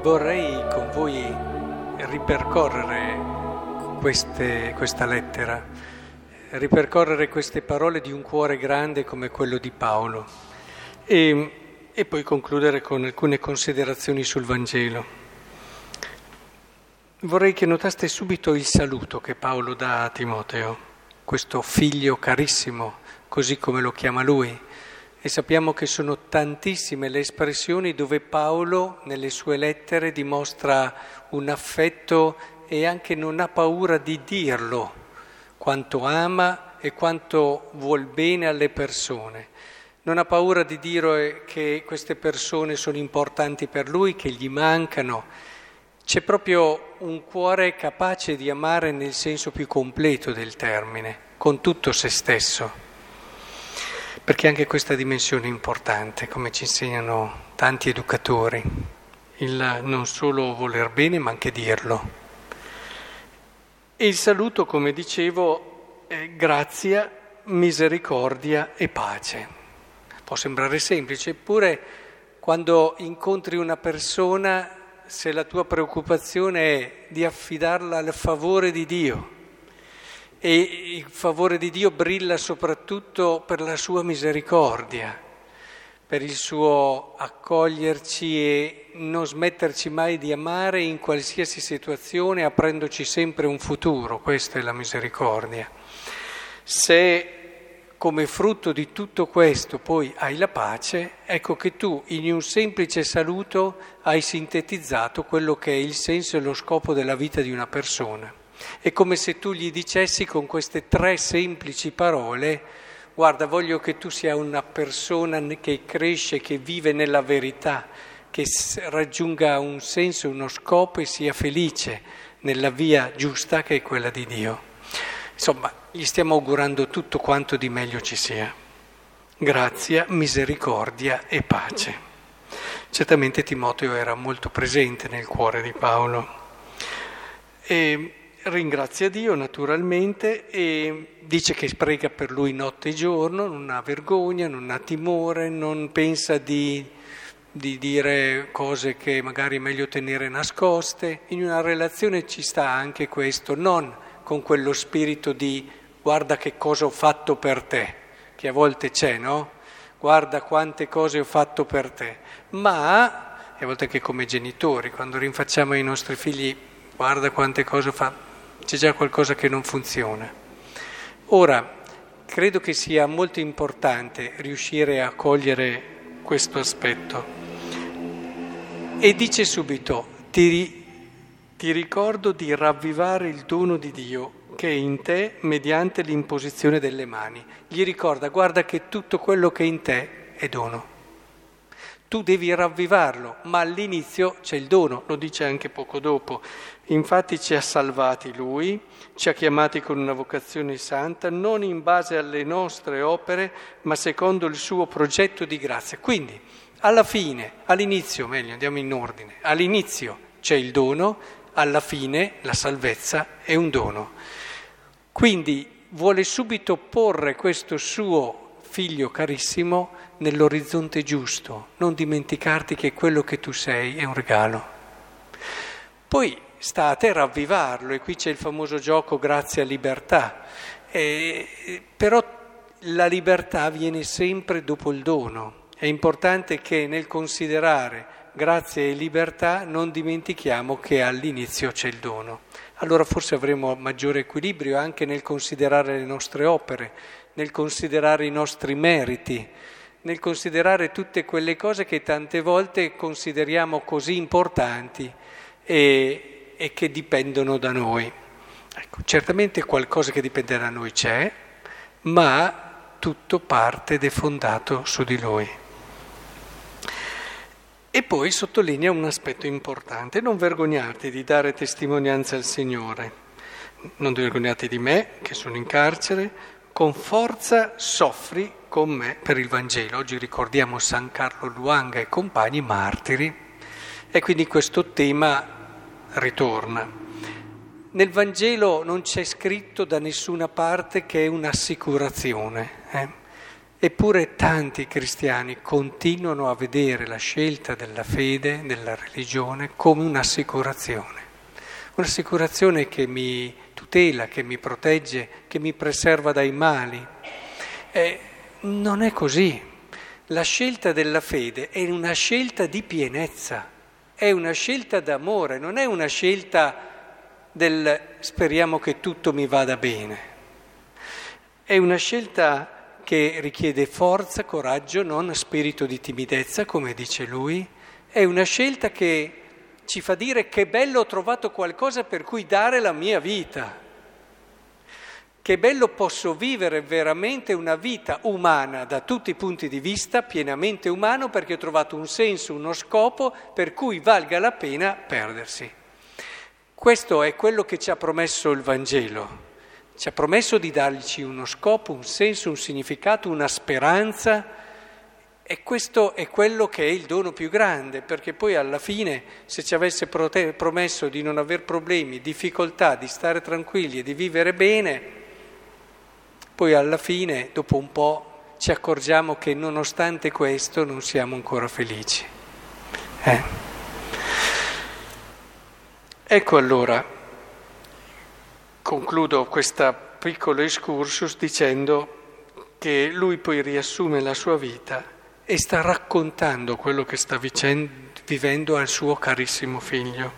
Vorrei con voi ripercorrere questa lettera, ripercorrere queste parole di un cuore grande come quello di Paolo e poi concludere con alcune considerazioni sul Vangelo. Vorrei che notaste subito il saluto che Paolo dà a Timoteo, questo figlio carissimo, così come lo chiama lui. E sappiamo che sono tantissime le espressioni dove Paolo nelle sue lettere dimostra un affetto e anche non ha paura di dirlo, quanto ama e quanto vuol bene alle persone. Non ha paura di dire che queste persone sono importanti per lui, che gli mancano. C'è proprio un cuore capace di amare nel senso più completo del termine, con tutto se stesso. Perché anche questa dimensione è importante, come ci insegnano tanti educatori, il non solo voler bene ma anche dirlo. E il saluto, come dicevo, è grazia, misericordia e pace. Può sembrare semplice, eppure quando incontri una persona, se la tua preoccupazione è di affidarla al favore di Dio, e il favore di Dio brilla soprattutto per la sua misericordia, per il suo accoglierci e non smetterci mai di amare in qualsiasi situazione, aprendoci sempre un futuro. Questa è la misericordia. Se come frutto di tutto questo poi hai la pace, ecco che tu in un semplice saluto hai sintetizzato quello che è il senso e lo scopo della vita di una persona. È come se tu gli dicessi con queste 3 semplici parole: guarda, voglio che tu sia una persona che cresce, che vive nella verità, che raggiunga un senso, uno scopo e sia felice nella via giusta che è quella di Dio. Insomma, gli stiamo augurando tutto quanto di meglio ci sia. Grazia, misericordia e pace. Certamente Timoteo era molto presente nel cuore di Paolo. E ringrazia Dio naturalmente e dice che prega per lui notte e giorno, non ha vergogna, non ha timore, non pensa di dire cose che magari è meglio tenere nascoste. In una relazione ci sta anche questo, non con quello spirito di guarda che cosa ho fatto per te, che a volte c'è, no? Guarda quante cose ho fatto per te, ma, e a volte anche come genitori, quando rinfacciamo ai nostri figli guarda quante cose ho fatto, c'è già qualcosa che non funziona. Ora, credo che sia molto importante riuscire a cogliere questo aspetto. E dice subito, ti ricordo di ravvivare il dono di Dio che è in te mediante l'imposizione delle mani. Gli ricorda, guarda che tutto quello che è in te è dono. Tu devi ravvivarlo, ma all'inizio c'è il dono, lo dice anche poco dopo. Infatti ci ha salvati Lui, ci ha chiamati con una vocazione santa, non in base alle nostre opere, ma secondo il suo progetto di grazia. Quindi, alla fine, all'inizio, meglio, andiamo in ordine, all'inizio c'è il dono, alla fine la salvezza è un dono. Quindi vuole subito porre questo suo figlio carissimo nell'orizzonte giusto, non dimenticarti che quello che tu sei è un regalo. Poi sta a te ravvivarlo, e qui c'è il famoso gioco grazia libertà, però la libertà viene sempre dopo il dono. È importante che nel considerare grazia e libertà non dimentichiamo che all'inizio c'è il dono. Allora forse avremo maggiore equilibrio anche nel considerare le nostre opere, nel considerare i nostri meriti, nel considerare tutte quelle cose che tante volte consideriamo così importanti e che dipendono da noi. Ecco, certamente qualcosa che dipende da noi c'è, ma tutto parte ed è fondato su di Lui. E poi sottolinea un aspetto importante: non vergognarti di dare testimonianza al Signore, non vergognarti di me che sono in carcere, con forza soffri con me per il Vangelo. Oggi ricordiamo San Carlo Luanga e compagni martiri, e quindi questo tema ritorna. Nel Vangelo non c'è scritto da nessuna parte che è un'assicurazione. Eppure tanti cristiani continuano a vedere la scelta della fede, della religione, come un'assicurazione che mi tutela, che mi protegge, che mi preserva dai mali. Non è così. La scelta della fede è una scelta di pienezza, è una scelta d'amore, non è una scelta del speriamo che tutto mi vada bene. È una scelta che richiede forza, coraggio, non spirito di timidezza, come dice lui. È una scelta che ci fa dire che bello ho trovato qualcosa per cui dare la mia vita. Che bello posso vivere veramente una vita umana da tutti i punti di vista, pienamente umano, perché ho trovato un senso, uno scopo per cui valga la pena perdersi. Questo è quello che ci ha promesso il Vangelo. Ci ha promesso di darci uno scopo, un senso, un significato, una speranza, e questo è quello che è il dono più grande, perché poi alla fine, se ci avesse promesso di non aver problemi, difficoltà, di stare tranquilli e di vivere bene, poi alla fine, dopo un po', ci accorgiamo che nonostante questo non siamo ancora felici. Ecco allora. Concludo questo piccolo excursus dicendo che lui poi riassume la sua vita e sta raccontando quello che sta vivendo al suo carissimo figlio.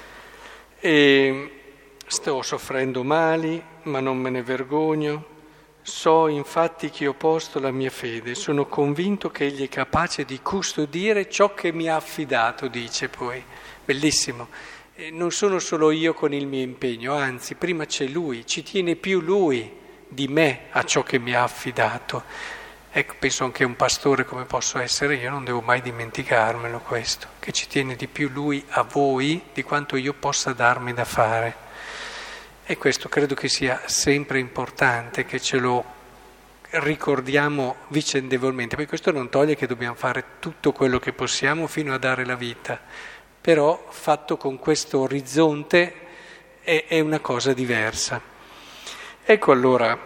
E sto soffrendo mali, ma non me ne vergogno. So infatti che ho posto la mia fede, sono convinto che egli è capace di custodire ciò che mi ha affidato, dice poi. Bellissimo. Non sono solo io con il mio impegno, anzi, prima c'è lui, ci tiene più lui di me a ciò che mi ha affidato. Ecco, penso anche un pastore come posso essere io, non devo mai dimenticarmelo questo, che ci tiene di più lui a voi di quanto io possa darmi da fare. E questo credo che sia sempre importante, che ce lo ricordiamo vicendevolmente. Poi questo non toglie che dobbiamo fare tutto quello che possiamo fino a dare la vita, però fatto con questo orizzonte è una cosa diversa. Ecco allora,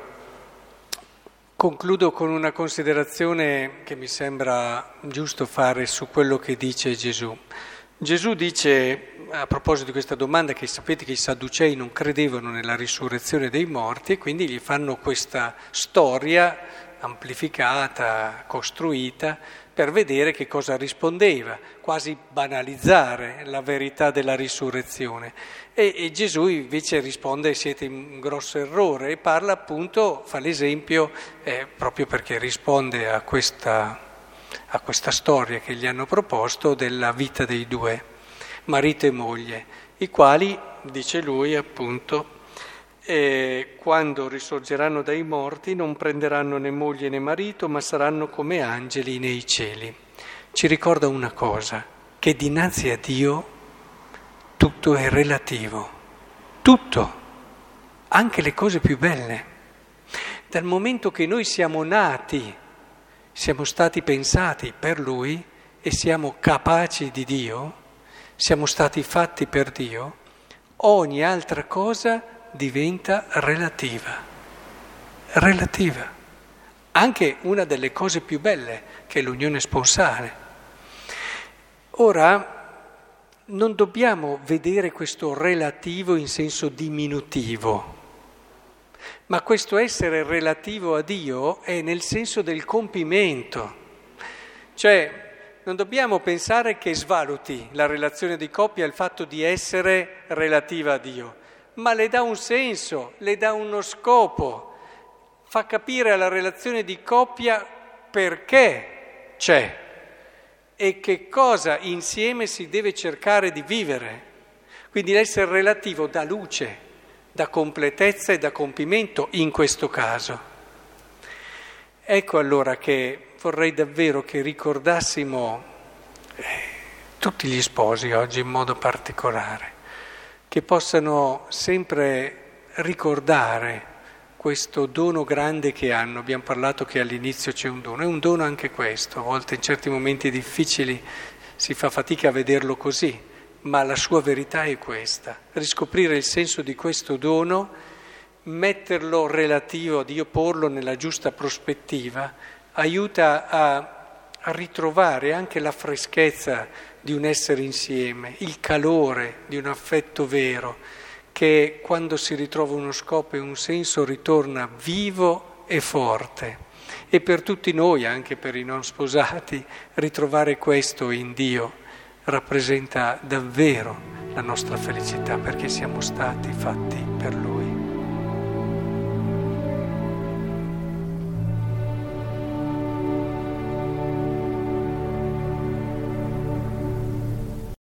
concludo con una considerazione che mi sembra giusto fare su quello che dice Gesù. Gesù dice, a proposito di questa domanda, che sapete che i Sadducei non credevano nella risurrezione dei morti e quindi gli fanno questa storia amplificata, costruita, per vedere che cosa rispondeva, quasi banalizzare la verità della risurrezione. E Gesù invece risponde: siete in un grosso errore, e parla appunto, fa l'esempio proprio perché risponde a questa storia che gli hanno proposto della vita dei due, marito e moglie, i quali, dice lui appunto, quando risorgeranno dai morti non prenderanno né moglie né marito, ma saranno come angeli nei cieli. Ci ricorda una cosa, che dinanzi a Dio tutto è relativo, tutto, anche le cose più belle. Dal momento che noi siamo nati, siamo stati pensati per Lui e siamo capaci di Dio, siamo stati fatti per Dio, ogni altra cosa diventa relativa, anche una delle cose più belle che è l'unione sponsale. Ora non dobbiamo vedere questo relativo in senso diminutivo, ma questo essere relativo a Dio è nel senso del compimento, cioè non dobbiamo pensare che svaluti la relazione di coppia il fatto di essere relativa a Dio, ma le dà un senso, le dà uno scopo, fa capire alla relazione di coppia perché c'è e che cosa insieme si deve cercare di vivere. Quindi l'essere relativo dà luce, dà completezza e dà compimento in questo caso. Ecco allora che vorrei davvero che ricordassimo tutti gli sposi oggi in modo particolare, che possano sempre ricordare questo dono grande che hanno. Abbiamo parlato che all'inizio c'è un dono, è un dono anche questo, a volte in certi momenti difficili si fa fatica a vederlo così, ma la sua verità è questa: riscoprire il senso di questo dono, metterlo relativo a Dio, porlo nella giusta prospettiva, aiuta a ritrovare anche la freschezza di un essere insieme, il calore di un affetto vero, che quando si ritrova uno scopo e un senso ritorna vivo e forte. E per tutti noi, anche per i non sposati, ritrovare questo in Dio rappresenta davvero la nostra felicità, perché siamo stati fatti per Lui.